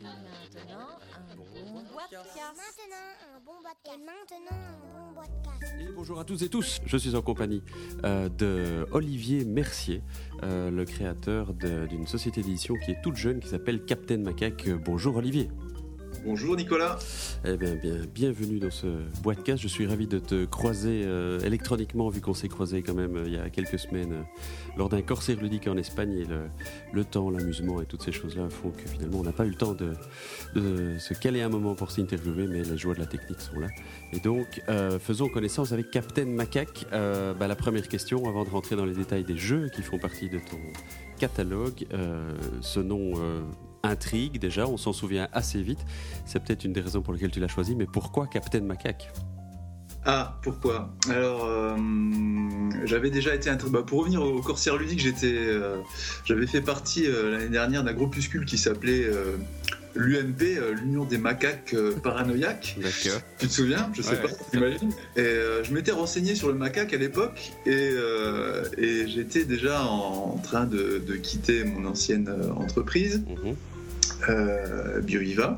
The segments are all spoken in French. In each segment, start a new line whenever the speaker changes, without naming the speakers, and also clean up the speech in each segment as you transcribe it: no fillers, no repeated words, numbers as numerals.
Maintenant, un bon bois de casse.
Maintenant, un bon bois de casse. Et maintenant, un bon bois de casse.
Et bonjour à tous et tous, je suis en compagnie de Olivier Mercier, le créateur d'une société d'édition qui est toute jeune, qui s'appelle Captain Macaque. Bonjour Olivier.
Bonjour Nicolas.
Eh bien, bienvenue dans ce bois de casse. Je suis ravi de te croiser électroniquement, vu qu'on s'est croisé quand même il y a quelques semaines lors d'un corsaire ludique en Espagne. Et le temps, l'amusement et toutes ces choses-là font que finalement on n'a pas eu le temps de se caler un moment pour s'interviewer, mais les joies de la technique sont là. Et donc, faisons connaissance avec Captain Macaque. La première question, avant de rentrer dans les détails des jeux qui font partie de ton catalogue, ce nom intrigue déjà, on s'en souvient assez vite. C'est peut-être une des raisons pour lesquelles tu l'as choisi, mais pourquoi Captain Macaque ?
Ah, pourquoi ? Alors, j'avais déjà été... pour revenir au corsaire ludique, j'avais fait partie l'année dernière d'un groupuscule qui s'appelait l'UMP, l'Union des Macaques Paranoïaques.
D'accord.
Tu te souviens ? Je sais pas, t'imagines ? Et je m'étais renseigné sur le macaque à l'époque et j'étais déjà en train de quitter mon ancienne entreprise. BioViva.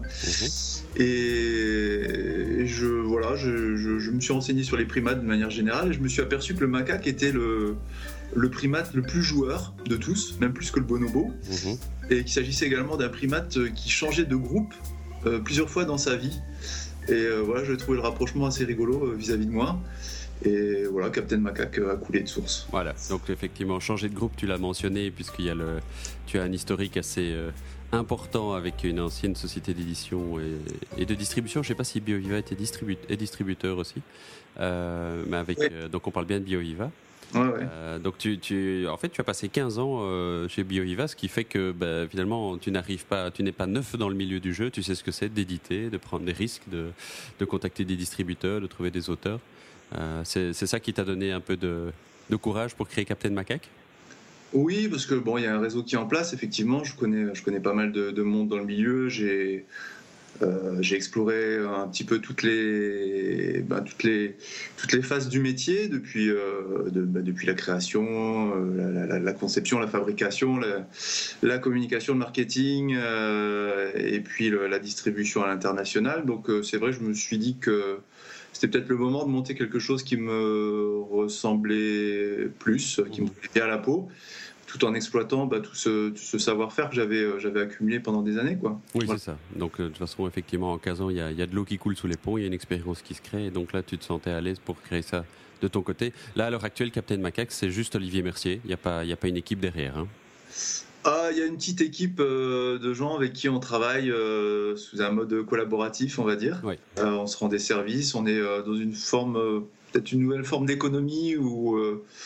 Et je me suis renseigné sur les primates de manière générale et je me suis aperçu que le macaque était le primate le plus joueur de tous, même plus que le bonobo, et qu'il s'agissait également d'un primate qui changeait de groupe plusieurs fois dans sa vie. Et j'ai trouvé le rapprochement assez rigolo vis-à-vis de moi. Et voilà, Captain Macaque a coulé de source.
Voilà, donc effectivement, changer de groupe, tu l'as mentionné, puisqu'il y a tu as un historique assez important avec une ancienne société d'édition et de distribution. Je ne sais pas si BioViva était distributeur aussi, mais donc on parle bien de BioViva.
Ouais.
Donc tu as passé 15 ans chez BioViva, ce qui fait que finalement tu n'es pas neuf dans le milieu du jeu, tu sais ce que c'est d'éditer, de prendre des risques, de contacter des distributeurs, de trouver des auteurs. C'est ça qui t'a donné un peu de courage pour créer Captain Macaque ?
Oui, parce que il y a un réseau qui est en place, effectivement, je connais pas mal de monde dans le milieu, j'ai exploré un petit peu toutes les phases du métier, depuis la création, la conception, la fabrication, la communication, le marketing, et puis la distribution à l'international. Donc c'est vrai, je me suis dit que c'était peut-être le moment de monter quelque chose qui me ressemblait plus, qui me plaisait à la peau, tout en exploitant tout ce savoir-faire que j'avais accumulé pendant des années, quoi.
Oui, voilà. C'est ça. Donc de toute façon, effectivement, en 15 ans, il y a de l'eau qui coule sous les ponts, il y a une expérience qui se crée, et donc là, tu te sentais à l'aise pour créer ça de ton côté. Là, à l'heure actuelle, Captain Macaque, c'est juste Olivier Mercier, il n'y a pas une équipe derrière, hein.
Il y a une petite équipe de gens avec qui on travaille sous un mode collaboratif, on va dire.
Oui.
On se rend des services, on est dans une forme, peut-être une nouvelle forme d'économie où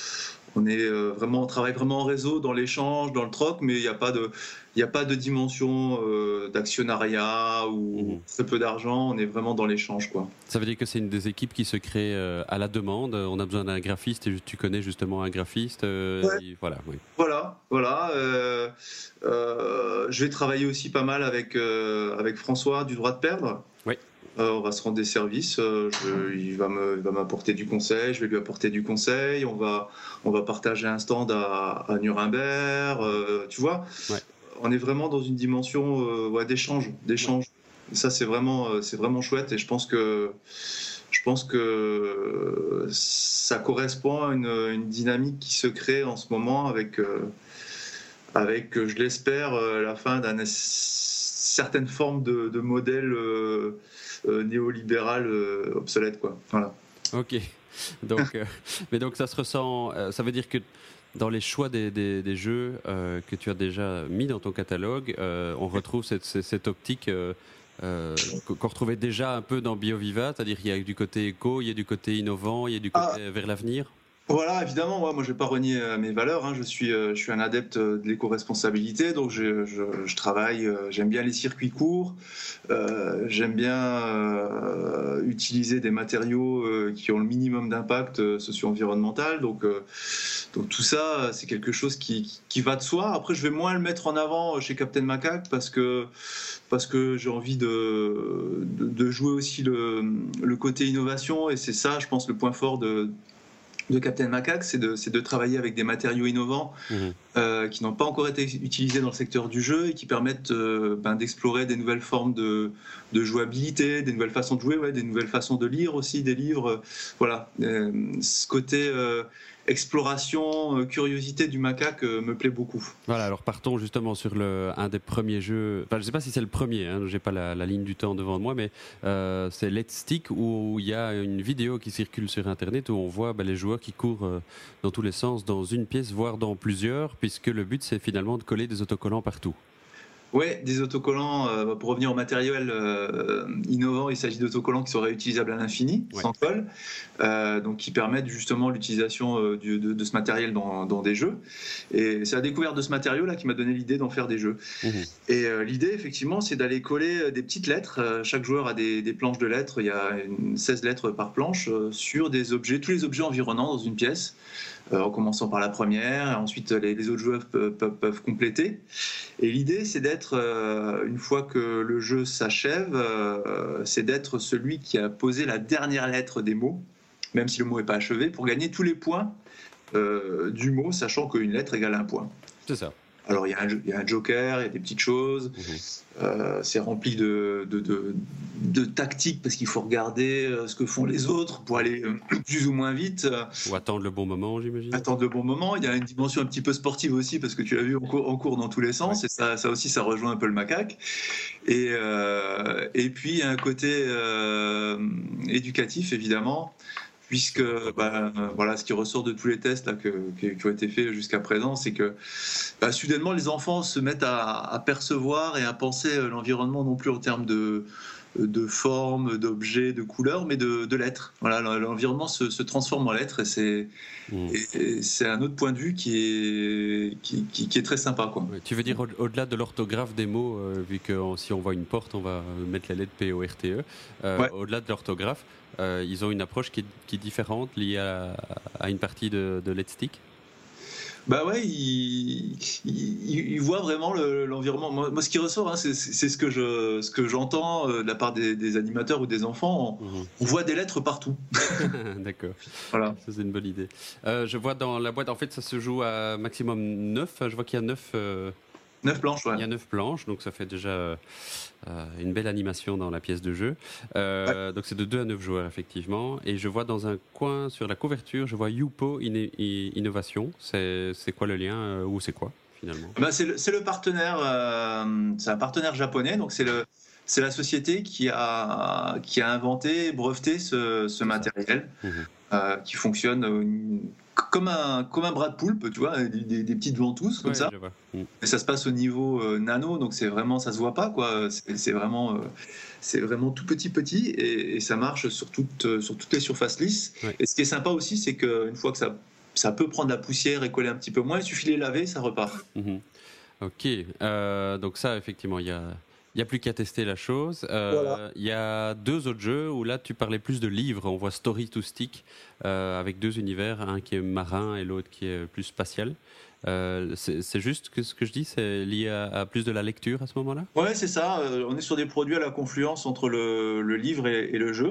on travaille vraiment en réseau, dans l'échange, dans le troc, mais il n'y a pas de dimension d'actionnariat ou très peu d'argent. On est vraiment dans l'échange, quoi.
Ça veut dire que c'est une des équipes qui se crée à la demande. On a besoin d'un graphiste et tu connais justement un graphiste.
Ouais. Voilà. Je vais travailler aussi pas mal avec François du Droit de Perdre.
Oui.
On va se rendre des services. Il va m'apporter du conseil. Je vais lui apporter du conseil. On va partager un stand à Nuremberg. Tu vois.
Ouais.
On est vraiment dans une dimension d'échange.
Ouais.
Et ça, c'est vraiment chouette. Et je pense que ça correspond à une dynamique qui se crée en ce moment avec je l'espère, la fin d'une certaine forme de modèle néolibéral obsolète, quoi. Voilà.
Ok. Donc ça se ressent. Ça veut dire que dans les choix des jeux que tu as déjà mis dans ton catalogue, on retrouve cette optique qu'on retrouvait déjà un peu dans BioViva, c'est-à-dire qu'il y a du côté éco, il y a du côté innovant, il y a du côté vers l'avenir.
Voilà, évidemment, moi je vais pas renier mes valeurs, hein. Je suis un adepte de l'éco-responsabilité, donc je travaille, j'aime bien les circuits courts, j'aime bien utiliser des matériaux qui ont le minimum d'impact socio-environnemental, donc tout ça, c'est quelque chose qui va de soi. Après, je vais moins le mettre en avant chez Captain Macaque parce que j'ai envie de jouer aussi le côté innovation, et c'est ça, je pense, le point fort de Captain Macaque, c'est de travailler avec des matériaux innovants qui n'ont pas encore été utilisés dans le secteur du jeu et qui permettent d'explorer des nouvelles formes de jouabilité, des nouvelles façons de jouer, des nouvelles façons de lire aussi des livres. Voilà, ce côté exploration, curiosité du macaque me plaît beaucoup.
Voilà, alors partons justement sur un des premiers jeux. Enfin, je ne sais pas si c'est le premier, je n'ai pas la ligne du temps devant moi, mais c'est Let's Stick, où il y a une vidéo qui circule sur Internet où on voit les joueurs qui courent dans tous les sens dans une pièce, voire dans plusieurs, puisque le but c'est finalement de coller des autocollants partout.
Ouais, des autocollants, pour revenir au matériel innovant, il s'agit d'autocollants qui sont réutilisables à l'infini, sans colle, donc qui permettent justement l'utilisation de ce matériel dans des jeux. Et c'est la découverte de ce matériau-là qui m'a donné l'idée d'en faire des jeux. Et l'idée, effectivement, c'est d'aller coller des petites lettres. Chaque joueur a des planches de lettres, il y a 16 lettres par planche, sur des objets, tous les objets environnants dans une pièce. En commençant par la première, et ensuite les autres joueurs peuvent compléter. Et l'idée, c'est d'être, une fois que le jeu s'achève, c'est d'être celui qui a posé la dernière lettre des mots, même si le mot n'est pas achevé, pour gagner tous les points du mot, sachant qu'une lettre égale un point.
C'est ça.
Alors il y a un joker, il y a des petites choses, c'est rempli de tactiques parce qu'il faut regarder ce que font les autres pour aller plus ou moins vite.
Ou attendre le bon moment, j'imagine.
Attendre le bon moment, il y a une dimension un petit peu sportive aussi parce que tu l'as vu en cours dans tous les sens, et ça aussi ça rejoint un peu le macaque. Et puis il y a un côté éducatif évidemment, puisque ce qui ressort de tous les tests là, qui ont été faits jusqu'à présent, c'est que soudainement les enfants se mettent à percevoir et à penser l'environnement non plus en termes de forme, d'objets, de couleurs, mais de lettres. Voilà, l'environnement se transforme en lettres, et c'est un autre point de vue qui est très sympa, quoi.
Tu veux dire au-delà de l'orthographe des mots, vu que si on voit une porte, on va mettre la lettre P-O-R-T-E, au-delà de l'orthographe, ils ont une approche qui est différente, liée à une partie de Let's Stick.
Il voit vraiment l'environnement. Moi, ce qui ressort, c'est ce que j'entends de la part des animateurs ou des enfants. On voit des lettres partout.
D'accord.
Voilà.
Ça, c'est une bonne idée. Je vois dans la boîte, en fait, ça se joue à maximum 9. Je vois qu'il y a 9.
9 planches, ouais.
Il y a 9 planches, donc ça fait déjà une belle animation dans la pièce de jeu. Donc c'est de 2 à 9 joueurs, effectivement. Et je vois dans un coin, sur la couverture, je vois Youpo Innovation. C'est quoi le lien, ou c'est quoi, finalement?
C'est le partenaire, c'est un partenaire japonais, donc c'est la société qui a inventé, breveté ce matériel, qui fonctionne comme un bras de poulpe, tu vois, des petites ventouses comme ça. Et ça se passe au niveau nano, donc c'est vraiment, ça se voit pas, quoi. C'est vraiment tout petit, et ça marche sur toutes les surfaces lisses. Et ce qui est sympa aussi, c'est qu'une fois que ça peut prendre la poussière et coller un petit peu moins, il suffit de les laver, ça repart.
Ok, donc ça, effectivement, il y a plus qu'à tester la chose.
Voilà.
Il y a 2 autres jeux où là tu parlais plus de livres. On voit Story to Stick avec 2 univers, un qui est marin et l'autre qui est plus spatial. C'est juste que ce que je dis, c'est lié à plus de la lecture à ce moment-là?
Ouais, c'est ça. On est sur des produits à la confluence entre le livre et le jeu.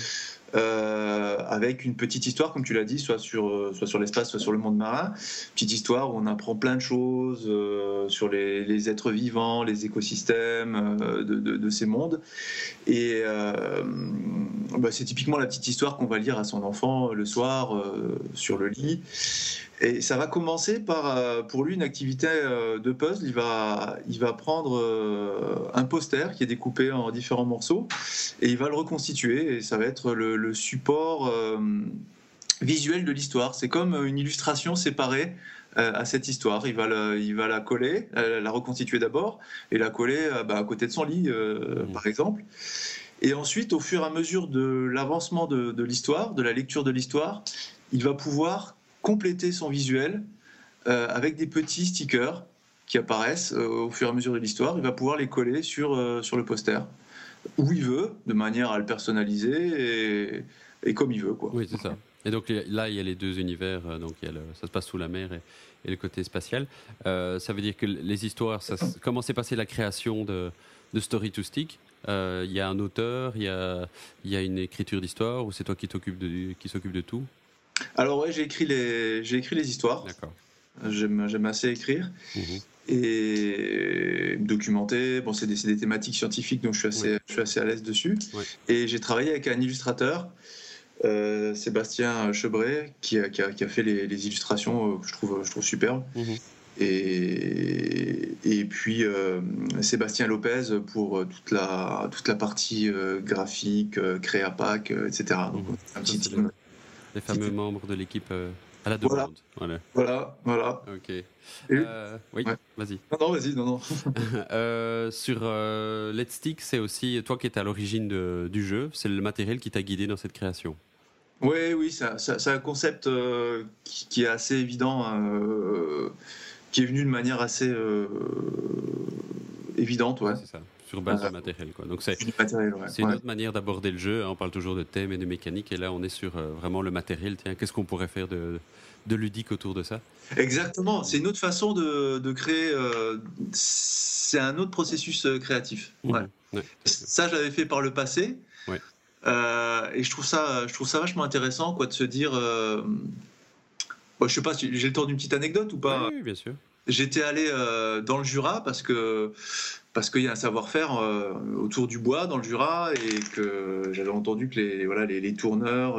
Avec une petite histoire, comme tu l'as dit, soit sur l'espace, soit sur le monde marin. Petite histoire où on apprend plein de choses sur les êtres vivants, les écosystèmes de ces mondes. Et c'est typiquement la petite histoire qu'on va lire à son enfant le soir sur le lit. Et ça va commencer par, pour lui, une activité de puzzle. Il va prendre un poster qui est découpé en différents morceaux et il va le reconstituer. Et ça va être le support visuel de l'histoire. C'est comme une illustration séparée à cette histoire. Il va la coller, la reconstituer d'abord et la coller à côté de son lit, par exemple. Et ensuite, au fur et à mesure de l'avancement de l'histoire, de la lecture de l'histoire, il va pouvoir compléter son visuel avec des petits stickers qui apparaissent au fur et à mesure de l'histoire. Il va pouvoir les coller sur le poster où il veut, de manière à le personnaliser et comme il veut, quoi.
Oui, c'est ça. Et donc là, il y a les 2 univers, donc ça se passe sous la mer et le côté spatial. Ça veut dire que les histoires, comment s'est passée la création de Story to Stick? Il y a un auteur, il y a une écriture d'histoire, ou c'est toi qui s'occupe de tout?
Alors ouais, j'ai écrit les histoires.
D'accord.
J'aime assez écrire. Et documenter. Bon, c'est des thématiques scientifiques, donc je suis assez à l'aise dessus.
Ouais.
Et j'ai travaillé avec un illustrateur, Sébastien Chebret, qui a fait les illustrations que je trouve superbes. Et puis Sébastien Lopez pour toute la partie graphique, créa-pack, etc. Donc un petit team.
Les fameux membres de l'équipe à la demande.
Voilà.
Ok.
Oui,
ouais. Vas-y.
Non, vas-y, non.
Sur Let's Stick, c'est aussi toi qui es à l'origine du jeu. C'est le matériel qui t'a guidé dans cette création.
Oui, c'est un concept qui est assez évident, qui est venu de manière assez évidente. Ouais.
C'est ça, sur base du matériel. Quoi. Donc c'est
une
autre manière d'aborder le jeu. On parle toujours de thème et de mécanique, et là on est sur vraiment le matériel. Tiens, qu'est-ce qu'on pourrait faire de ludique autour de ça?
Exactement, c'est une autre façon de créer. C'est un autre processus créatif. Ouais. Ça, je l'avais fait par le passé.
Ouais.
Et je trouve ça vachement intéressant, quoi, de se dire. Je sais pas, si j'ai le temps d'une petite anecdote ou pas.
Oui, bien sûr.
J'étais allé dans le Jura parce qu'il y a un savoir-faire autour du bois dans le Jura, et que j'avais entendu que les tourneurs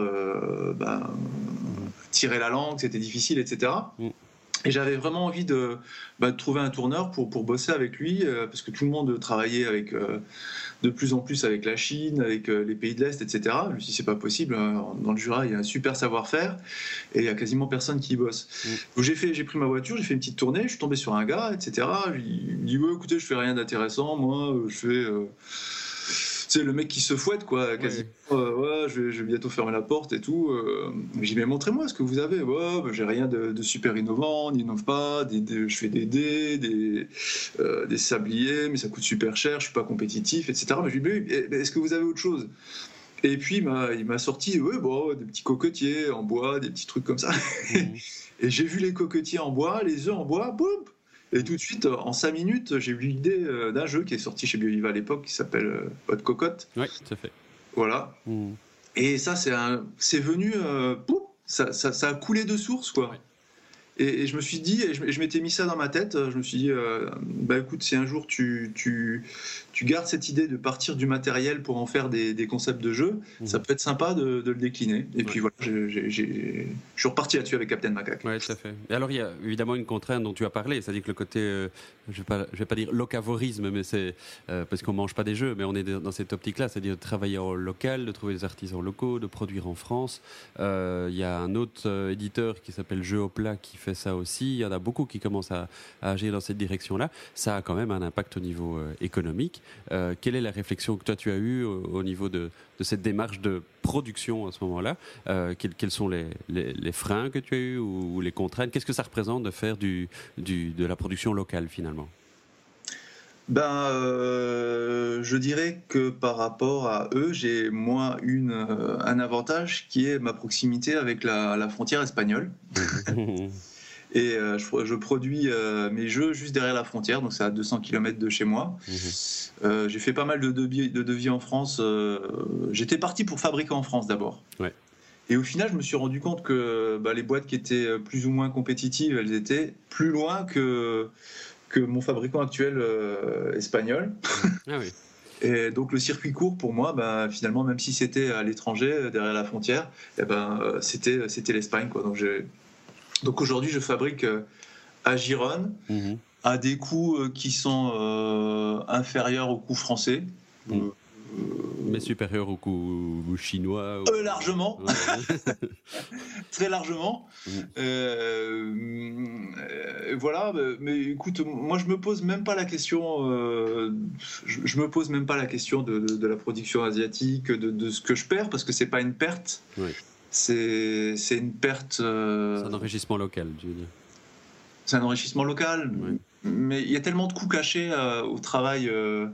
tiraient la langue, c'était difficile, etc. Et j'avais vraiment envie de trouver un tourneur pour bosser avec lui, parce que tout le monde travaillait de plus en plus avec la Chine, avec les pays de l'Est, etc. Je me suis dit, c'est pas possible, dans le Jura, il y a un super savoir-faire, et il y a quasiment personne qui y bosse. Donc j'ai pris ma voiture, j'ai fait une petite tournée, je suis tombé sur un gars, etc. Il me dit, écoutez, je fais rien d'intéressant, moi, je fais... c'est le mec qui se fouette, quoi, quasiment. Je vais bientôt fermer la porte et tout. J'ai dit, mais montrez-moi ce que vous avez. J'ai rien de super innovant, on n'innove pas. Je fais des dés, des sabliers, mais ça coûte super cher, je suis pas compétitif, etc. Mais je lui dis, mais est-ce que vous avez autre chose? Et puis il m'a sorti des petits cocotiers en bois, des petits trucs comme ça. Et j'ai vu les cocotiers en bois, les œufs en bois, boum. Et tout de suite, en 5 minutes, j'ai eu l'idée d'un jeu qui est sorti chez BioViva à l'époque, qui s'appelle Hot Cocotte.
Oui, tout à fait.
Voilà. Et ça, c'est venu... ça a coulé de source, quoi. Ouais. Et je me suis dit, et je m'étais mis ça dans ma tête, je me suis dit, écoute, si un jour tu gardes cette idée de partir du matériel pour en faire des concepts de jeu, ça peut être sympa de le décliner. Et puis voilà, je suis reparti là-dessus avec Captain Macaque.
Oui, tout à fait. Et alors, il y a évidemment une contrainte dont tu as parlé, c'est-à-dire que le côté, je vais pas dire locavorisme, mais c'est parce qu'on mange pas des jeux, mais on est dans cette optique-là, c'est-à-dire de travailler en local, de trouver des artisans locaux, de produire en France. Il y a un autre éditeur qui s'appelle Jeux au plat qui fait ça aussi. Il y en a beaucoup qui commencent à agir dans cette direction-là. Ça a quand même un impact au niveau économique. Quelle est la réflexion que toi tu as eue au niveau de cette démarche de production à ce moment-là? Quels sont les freins que tu as eus ou les contraintes? Qu'est-ce que ça représente de faire de la production locale finalement?
Je dirais que par rapport à eux, j'ai moi un avantage qui est ma proximité avec la frontière espagnole. Et je produis mes jeux juste derrière la frontière, donc c'est à 200 km de chez moi. J'ai fait pas mal de devis en France. J'étais parti pour fabriquer en France d'abord. Ouais. Et au final, je me suis rendu compte que les boîtes qui étaient plus ou moins compétitives, elles étaient plus loin que mon fabricant actuel espagnol. Ah oui. Et donc le circuit court pour moi, finalement, même si c'était à l'étranger, derrière la frontière, c'était l'Espagne, quoi. Donc aujourd'hui, je fabrique à Gijón, à des coûts qui sont inférieurs aux coûts français.
Mais supérieurs aux coûts chinois
largement. Très largement. Voilà, mais écoute, moi je me pose même pas la question de la production asiatique, de ce que je perds, parce que c'est pas une perte. Oui. C'est une perte.
C'est un enrichissement local, tu veux dire.
C'est un enrichissement local, oui. Mais il y a tellement de coûts cachés au travail,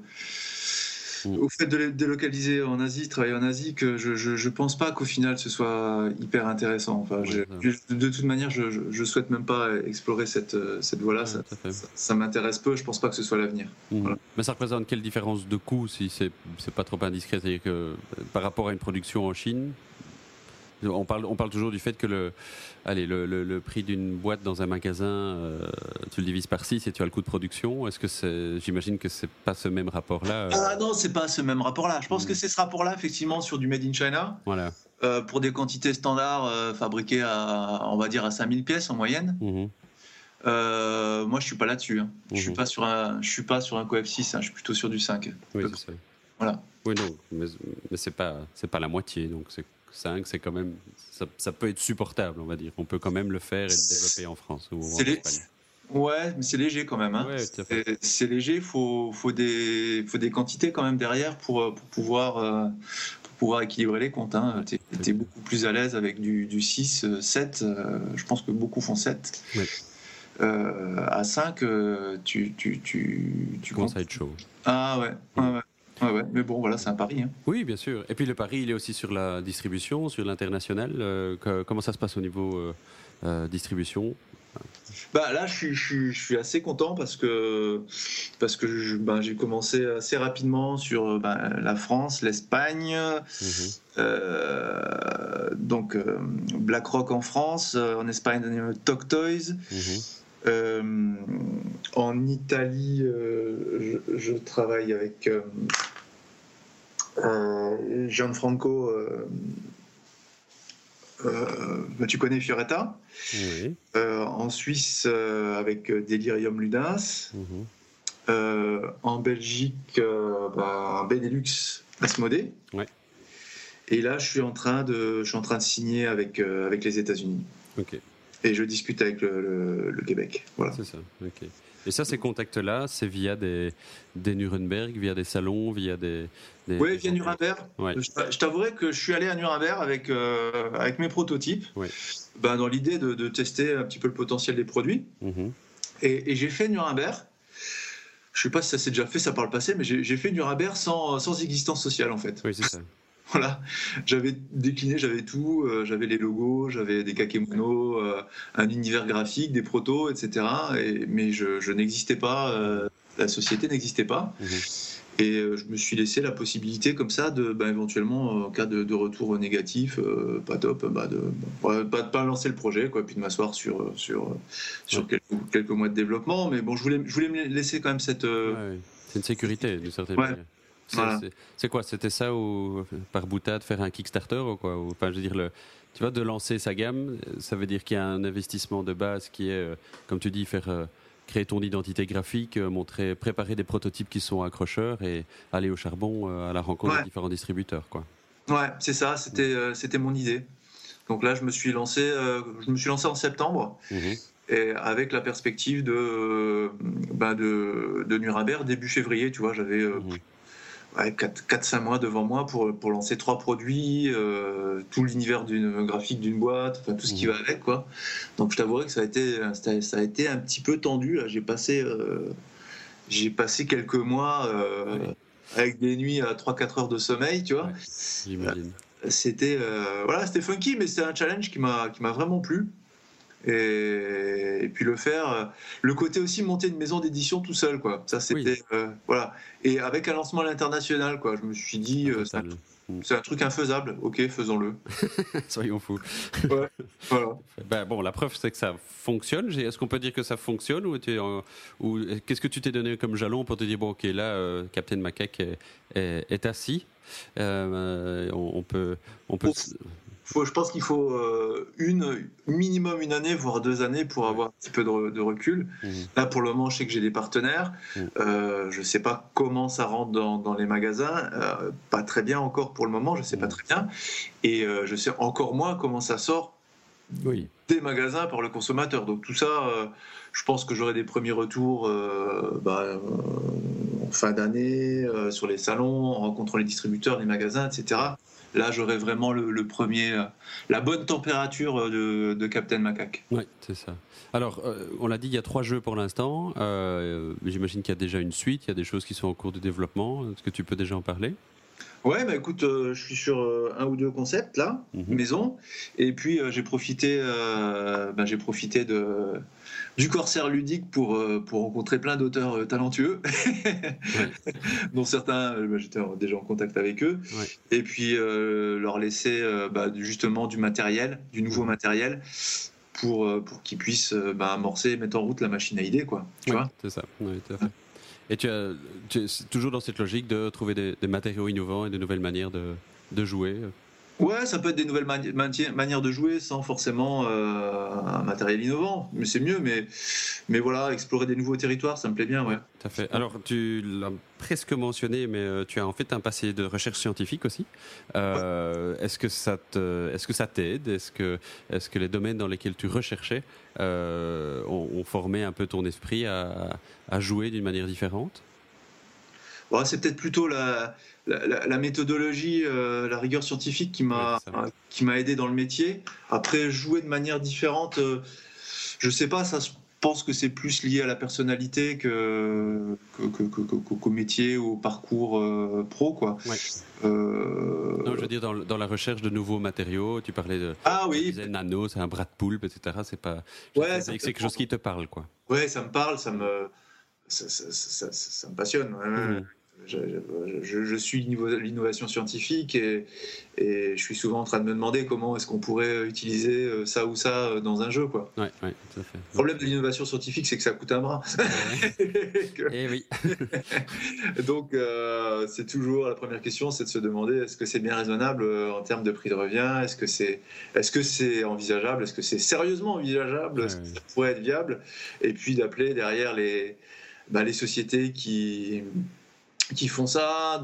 au fait de les délocaliser en Asie, travailler en Asie, que je pense pas qu'au final ce soit hyper intéressant. Enfin, de toute manière, je souhaite même pas explorer cette voie-là. Ça m'intéresse peu. Je pense pas que ce soit l'avenir. Voilà.
Mais ça représente quelle différence de coût, si c'est pas trop indiscret, c'est-à-dire que par rapport à une production en Chine? On parle toujours du fait que le prix d'une boîte dans un magasin, tu le divises par 6 et tu as le coût de production. J'imagine que c'est pas ce même rapport-là.
Ah non, c'est pas ce même rapport-là. Je pense que c'est ce rapport-là, effectivement, sur du Made in China.
Voilà.
Pour des quantités standards fabriquées on va dire à 5000 pièces en moyenne. Moi, je suis pas là-dessus. Hein. Je suis pas sur un coef 6. Hein. Je suis plutôt sur du 5.
Oui, c'est ça.
Voilà.
Oui, non, mais c'est pas la moitié. Donc 5, c'est quand même, ça peut être supportable, on va dire. On peut quand même le faire et le développer en France ou en Espagne.
Ouais, mais c'est léger quand même. Hein.
Ouais,
c'est léger. Faut des quantités quand même derrière pour pouvoir équilibrer les comptes. Hein. T'es beaucoup plus à l'aise avec du 6, 7. Je pense que beaucoup font 7.
Oui.
À 5, tu
commences à être chaud.
Ah ouais. Mais bon, voilà, c'est un pari. Hein.
Oui, bien sûr. Et puis le pari, il est aussi sur la distribution, sur l'international. Comment ça se passe au niveau distribution ?
Là, je suis assez content parce que j'ai commencé assez rapidement sur la France, l'Espagne, donc BlackRock en France, en Espagne Talk Toys. En Italie, je travaille avec Gianfranco. Tu connais Fioretta.
Oui.
En Suisse, avec Delirium Lunas. En Belgique, Benelux, Asmodée.
Ouais.
Et là, je suis en train de signer avec les États-Unis.
Ok.
Et je discute avec le Québec. Voilà.
C'est ça. Ok. Et ça, ces contacts-là, c'est via des Nuremberg, via des salons, via des
oui, via Nuremberg.
Ouais.
Je t'avouerai que je suis allé à Nuremberg avec mes prototypes,
ouais.
Dans l'idée de tester un petit peu le potentiel des produits. Et j'ai fait Nuremberg. Je sais pas si ça s'est déjà fait ça par le passé, mais j'ai fait Nuremberg sans existence sociale en fait.
Oui, c'est ça.
Voilà, j'avais décliné, j'avais tout, j'avais les logos, j'avais des kakémonos, un univers graphique, des protos, etc. Mais je n'existais pas, la société n'existait pas. Et je me suis laissé la possibilité comme ça de, éventuellement, en cas de retour négatif, pas top, pas lancer le projet, quoi, puis de m'asseoir sur quelques mois de développement. Mais bon, je voulais me laisser quand même cette...
C'est une sécurité, d'une certaine manière.
Voilà.
C'est quoi ? C'était ça ou par boutade faire un Kickstarter ou quoi ? Enfin, je veux dire, tu vois, de lancer sa gamme, ça veut dire qu'il y a un investissement de base qui est, comme tu dis, créer ton identité graphique, préparer des prototypes qui sont accrocheurs et aller au charbon à la rencontre de différents distributeurs, quoi.
Ouais, c'est ça. C'était mon idée. Donc là, je me suis lancé en septembre. Et avec la perspective de Nuremberg début février, tu vois, j'avais 4-5 mois devant moi pour lancer 3 produits, tout l'univers graphique d'une boîte, enfin tout ce qui va avec, quoi. Donc je t'avouerai que ça a été un petit peu tendu. Là, j'ai passé quelques mois avec des nuits à 3-4 heures de sommeil, tu vois.
Ouais, j'imagine.
C'était funky, mais c'était un challenge qui m'a vraiment plu. Et puis le côté aussi monter une maison d'édition tout seul, quoi. Ça c'était voilà. Et avec un lancement à l'international, quoi. Je me suis dit c'est un truc infaisable. Ok, faisons-le.
Soyons fous.
Ouais, voilà.
Bon, la preuve c'est que ça fonctionne. Est-ce qu'on peut dire que ça fonctionne ou qu'est-ce que tu t'es donné comme jalon pour te dire bon ok là Captain Macaque est assis. On peut.
Je pense qu'il faut minimum une année, voire 2 années pour avoir un petit peu de recul. Là, pour le moment, je sais que j'ai des partenaires. Je ne sais pas comment ça rentre dans les magasins. Pas très bien encore pour le moment, je ne sais pas très bien. Et je sais encore moins comment ça sort des magasins par le consommateur. Donc tout ça, je pense que j'aurai des premiers retours en fin d'année, sur les salons, en rencontrant les distributeurs, les magasins, etc. Là, j'aurai vraiment la bonne température de Captain Macaque.
Oui, c'est ça. Alors, on l'a dit, il y a 3 jeux pour l'instant. J'imagine qu'il y a déjà une suite, il y a des choses qui sont en cours de développement. Est-ce que tu peux déjà en parler ?
Ouais, bah écoute, je suis sur un ou deux concepts là, maison, et puis j'ai profité du Corsair ludique pour rencontrer plein d'auteurs talentueux, dont certains, j'étais déjà en contact avec eux, et puis leur laisser justement du matériel, du nouveau matériel, pour qu'ils puissent amorcer et mettre en route la machine à idées, quoi. Tu vois ?
C'est ça, oui, tout à fait. Et tu es toujours dans cette logique de trouver des matériaux innovants et de nouvelles manières de jouer.
Ouais, ça peut être des nouvelles manières de jouer sans forcément un matériel innovant, mais c'est mieux. Mais voilà, explorer des nouveaux territoires, ça me plaît bien, ouais.
Tout à fait. Alors, tu l'as presque mentionné, mais tu as en fait un passé de recherche scientifique aussi. Est-ce que ça t'aide ? Est-ce que les domaines dans lesquels tu recherchais ont formé un peu ton esprit à jouer d'une manière différente ?
Bon, c'est peut-être plutôt la méthodologie, la rigueur scientifique qui m'a aidé dans le métier. Après, jouer de manière différente, je sais pas, ça, je pense que c'est plus lié à la personnalité qu'au métier, au parcours pro, quoi.
Ouais. Non, je veux dire, dans la recherche de nouveaux matériaux, tu parlais de tu disais nano, c'est un bras de poulpe, etc. C'est pas. C'est quelque chose qui te parle, quoi.
Ouais, ça me parle, ça me passionne. Ouais. Je suis l'innovation scientifique et je suis souvent en train de me demander comment est-ce qu'on pourrait utiliser ça ou ça dans un jeu, quoi.
Ouais, tout à fait.
Le problème de l'innovation scientifique, c'est que ça coûte un bras.
Eh oui.
Donc, c'est toujours la première question, c'est de se demander est-ce que c'est bien raisonnable en termes de prix de revient ? Est-ce que c'est envisageable ? Est-ce que c'est sérieusement envisageable ? Est-ce que ça pourrait être viable ? Et puis d'appeler derrière les sociétés qui font ça,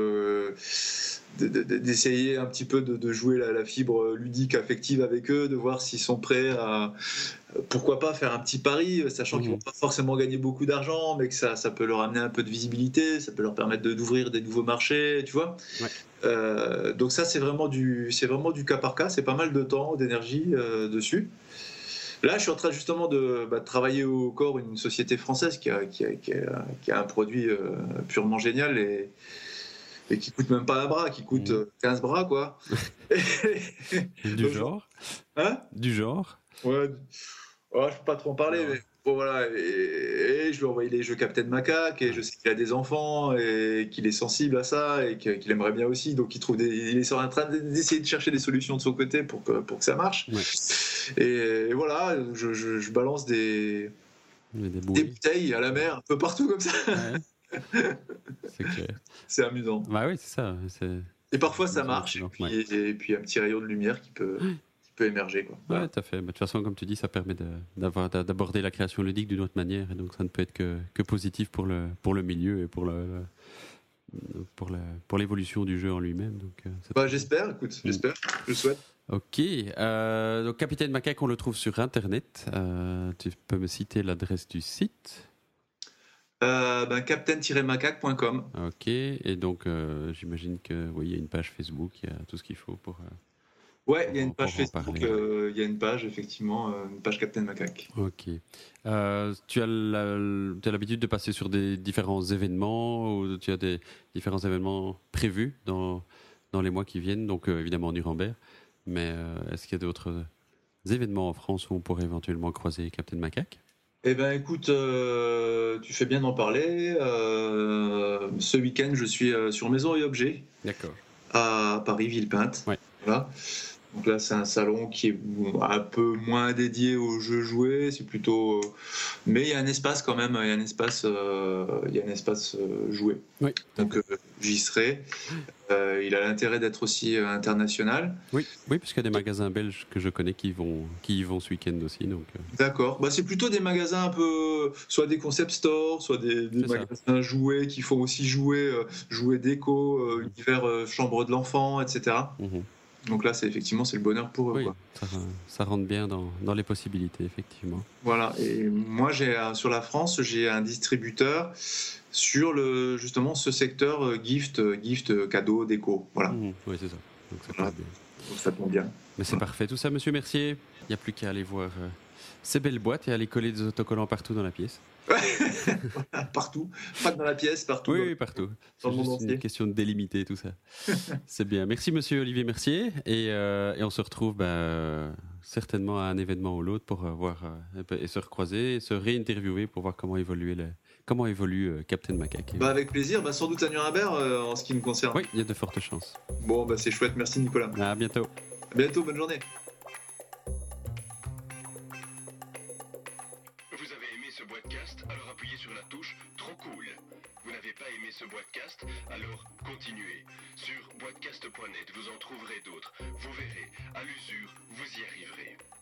d'essayer un petit peu de jouer la fibre ludique affective avec eux, de voir s'ils sont prêts à, pourquoi pas, faire un petit pari, sachant qu'ils vont pas forcément gagner beaucoup d'argent, mais que ça peut leur amener un peu de visibilité, ça peut leur permettre d'ouvrir des nouveaux marchés, tu vois. Ouais. Donc ça, c'est vraiment du cas par cas, c'est pas mal de temps, d'énergie dessus. Là, je suis en train justement de travailler au corps une société française qui a un produit purement génial et qui coûte même pas un bras, qui coûte 15 bras, quoi.
Du genre ?
Hein ?
Du genre ?
Ouais. Oh, je peux pas trop en parler, mais bon, voilà. Et je lui ai envoyé les jeux Captain Macaque et je sais qu'il a des enfants et qu'il est sensible à ça et qu'il aimerait bien aussi. Donc il est en train d'essayer de chercher des solutions de son côté pour que ça marche. Ouais. Et voilà, je balance des bouteilles à la mer un peu partout comme ça. Ouais. C'est clair. C'est amusant.
Bah oui, c'est ça.
Et parfois ça marche. Et puis un petit rayon de lumière qui peut émerger, quoi.
Ouais, tout à fait. Mais de toute façon, comme tu dis, ça permet d'aborder la création ludique d'une autre manière, et donc ça ne peut être que positif pour le milieu et pour l'évolution du jeu en lui-même. Donc,
j'espère. Écoute, j'espère. Je le souhaite.
Ok. Donc, Capitaine Macaque, on le trouve sur Internet. Tu peux me citer l'adresse du site ?
captain-macaque.com.
Ok. Et donc, j'imagine que il y a une page Facebook, il y a tout ce qu'il faut pour.
Ouais, il y a une page Facebook, il y a une page, effectivement, une page Captain Macaque.
Ok. Tu as l'habitude de passer sur des différents événements, ou tu as des différents événements prévus dans les mois qui viennent, donc évidemment Nuremberg, mais est-ce qu'il y a d'autres événements en France où on pourrait éventuellement croiser Captain Macaque ?
Eh bien, écoute, tu fais bien d'en parler. Ce week-end, je suis sur Maison et Objets.
D'accord.
À Paris, Villepinte. Ouais. Voilà. Donc là, c'est un salon qui est un peu moins dédié aux jeux joués, c'est plutôt. Mais il y a un espace quand même, il y a un espace joué. Oui. Donc j'y serai. Il a l'intérêt d'être aussi international.
Oui, parce qu'il y a des magasins belges que je connais qui y vont ce week-end aussi. Donc.
D'accord. C'est plutôt des magasins un peu, soit des concept stores, soit des magasins jouets qui font aussi jouer déco, univers chambre de l'enfant, etc. Donc là, c'est le bonheur pour eux.
Oui,
quoi.
Ça rentre bien dans les possibilités, effectivement.
Voilà. Et moi, sur la France, j'ai un distributeur sur justement ce secteur gift, cadeau, déco. Voilà.
Oui, c'est ça. Donc ça
voilà.
bien.
Donc ça tombe bien.
Mais c'est parfait. Tout ça, Monsieur Mercier, il n'y a plus qu'à aller voir ces belles boîtes et à aller coller des autocollants partout dans la pièce.
Voilà, partout, pas que dans la pièce, partout.
Oui, partout.
Dans le
C'est
monde
juste
entier.
une question de délimiter tout ça. C'est bien. Merci monsieur Olivier Mercier et on se retrouve certainement à un événement ou l'autre pour voir et se recroiser, et se réinterviewer pour voir comment évolue Captain Macaque.
Avec plaisir, sans doute à Nuremberg en ce qui me concerne.
Oui, il y a de fortes chances.
Bon, c'est chouette, merci Nicolas.
À bientôt.
À bientôt, bonne journée.
Vous avez aimé ce podcast? Alors appuyez sur la touche Trop cool. Vous n'avez pas aimé ce podcast? Alors continuez. Sur boitcast.net, vous en trouverez d'autres. Vous verrez, à l'usure, vous y arriverez.